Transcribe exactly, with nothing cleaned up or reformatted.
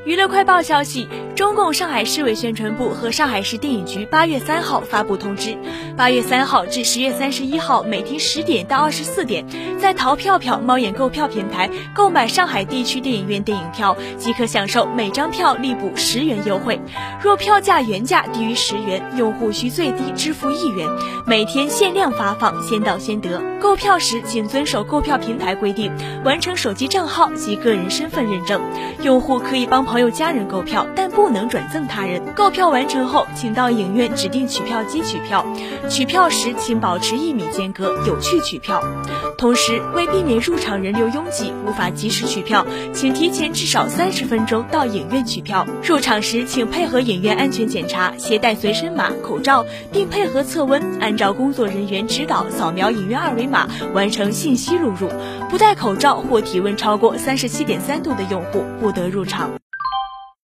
娱乐快报消息，中共上海市委宣传部和上海市电影局八月三号发布通知，八月三号至十月三十一号每天十点到二十四点，在淘票票猫眼购票平台购买上海地区电影院电影票，即可享受每张票立补十元优惠。若票价原价低于十元，用户需最低支付一元，每天限量发放，先到先得。购票时请遵守购票平台规定，完成手机账号及个人身份认证。用户可以帮朋友家人购票，但不能转赠他人。购票完成后，请到影院指定取票机取票，取票时请保持一米间隔，有序取票。同时，为避免入场人流拥挤无法及时取票，请提前至少三十分钟到影院取票。入场时请配合影院安全检查，携带随身码、口罩，并配合测温，按照工作人员指导扫描影院二维码，完成信息录入。不戴口罩或体温超过三十七点三度的用户不得入场。